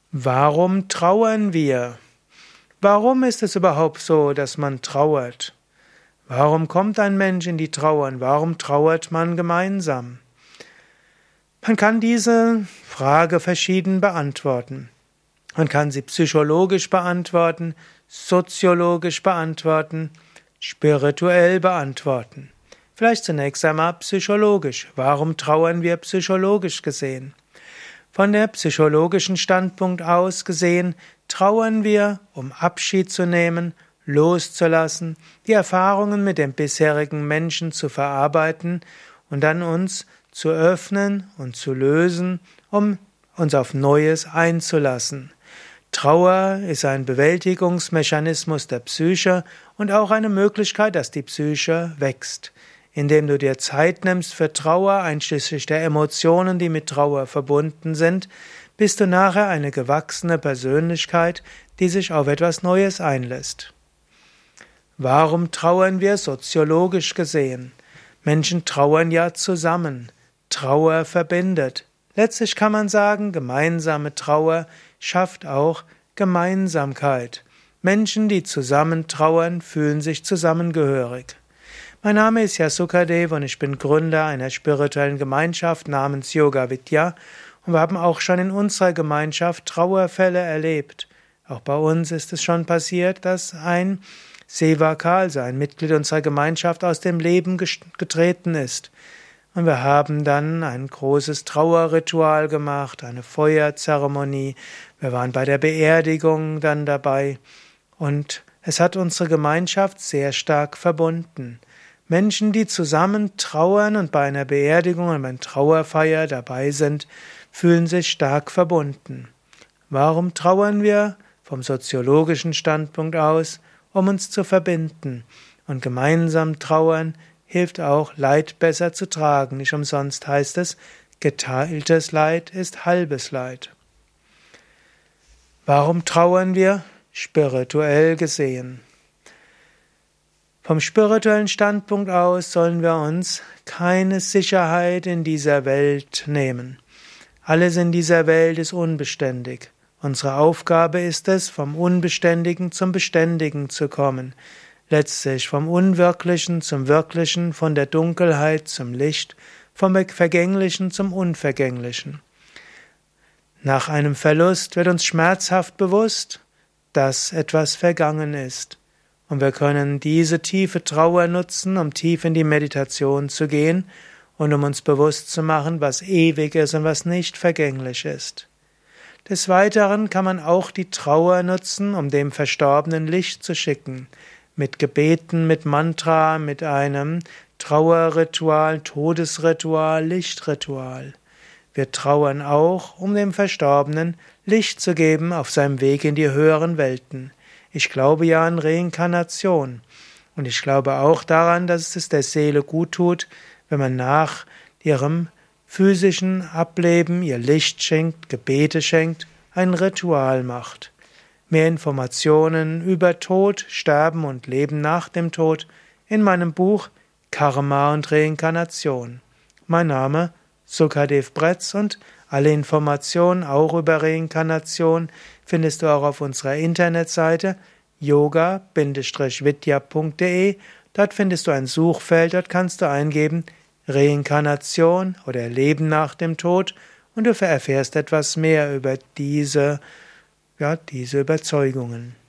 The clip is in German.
Warum trauern wir? Warum ist es überhaupt so, dass man trauert? Warum kommt ein Mensch in die Trauer und warum trauert man gemeinsam? Man kann diese Frage verschieden beantworten. Man kann sie psychologisch beantworten, soziologisch beantworten, spirituell beantworten. Vielleicht zunächst einmal psychologisch. Warum trauern wir psychologisch gesehen? Von der psychologischen Standpunkt aus gesehen, trauern wir, um Abschied zu nehmen, loszulassen, die Erfahrungen mit dem bisherigen Menschen zu verarbeiten und dann uns zu öffnen und zu lösen, um uns auf Neues einzulassen. Trauer ist ein Bewältigungsmechanismus der Psyche und auch eine Möglichkeit, dass die Psyche wächst. Indem du dir Zeit nimmst für Trauer, einschließlich der Emotionen, die mit Trauer verbunden sind, bist du nachher eine gewachsene Persönlichkeit, die sich auf etwas Neues einlässt. Warum trauern wir soziologisch gesehen? Menschen trauern ja zusammen. Trauer verbindet. Letztlich kann man sagen, gemeinsame Trauer schafft auch Gemeinsamkeit. Menschen, die zusammen trauern, fühlen sich zusammengehörig. Mein Name ist Yasukadev und ich bin Gründer einer spirituellen Gemeinschaft namens Yoga Vidya und wir haben auch schon in unserer Gemeinschaft Trauerfälle erlebt. Auch bei uns ist es schon passiert, dass ein Sevaka, also ein Mitglied unserer Gemeinschaft, aus dem Leben getreten ist. Und wir haben dann ein großes Trauerritual gemacht, eine Feuerzeremonie. Wir waren bei der Beerdigung dann dabei und es hat unsere Gemeinschaft sehr stark verbunden. Menschen, die zusammen trauern und bei einer Beerdigung und bei einer Trauerfeier dabei sind, fühlen sich stark verbunden. Warum trauern wir? Vom soziologischen Standpunkt aus, um uns zu verbinden. Und gemeinsam trauern hilft auch, Leid besser zu tragen. Nicht umsonst heißt es, geteiltes Leid ist halbes Leid. Warum trauern wir? Spirituell gesehen. Vom spirituellen Standpunkt aus sollen wir uns keine Sicherheit in dieser Welt nehmen. Alles in dieser Welt ist unbeständig. Unsere Aufgabe ist es, vom Unbeständigen zum Beständigen zu kommen. Letztlich vom Unwirklichen zum Wirklichen, von der Dunkelheit zum Licht, vom Vergänglichen zum Unvergänglichen. Nach einem Verlust wird uns schmerzhaft bewusst, dass etwas vergangen ist. Und wir können diese tiefe Trauer nutzen, um tief in die Meditation zu gehen und um uns bewusst zu machen, was ewig ist und was nicht vergänglich ist. Des Weiteren kann man auch die Trauer nutzen, um dem Verstorbenen Licht zu schicken. Mit Gebeten, mit Mantra, mit einem Trauerritual, Todesritual, Lichtritual. Wir trauern auch, um dem Verstorbenen Licht zu geben auf seinem Weg in die höheren Welten. Ich glaube ja an Reinkarnation. Und ich glaube auch daran, dass es der Seele gut tut, wenn man nach ihrem physischen Ableben ihr Licht schenkt, Gebete schenkt, ein Ritual macht. Mehr Informationen über Tod, Sterben und Leben nach dem Tod in meinem Buch Karma und Reinkarnation. Mein Name Sukadev Bretz und alle Informationen auch über Reinkarnation findest du auch auf unserer Internetseite yoga-vidya.de. Dort findest du ein Suchfeld, dort kannst du eingeben Reinkarnation oder Leben nach dem Tod und du erfährst etwas mehr über diese Überzeugungen.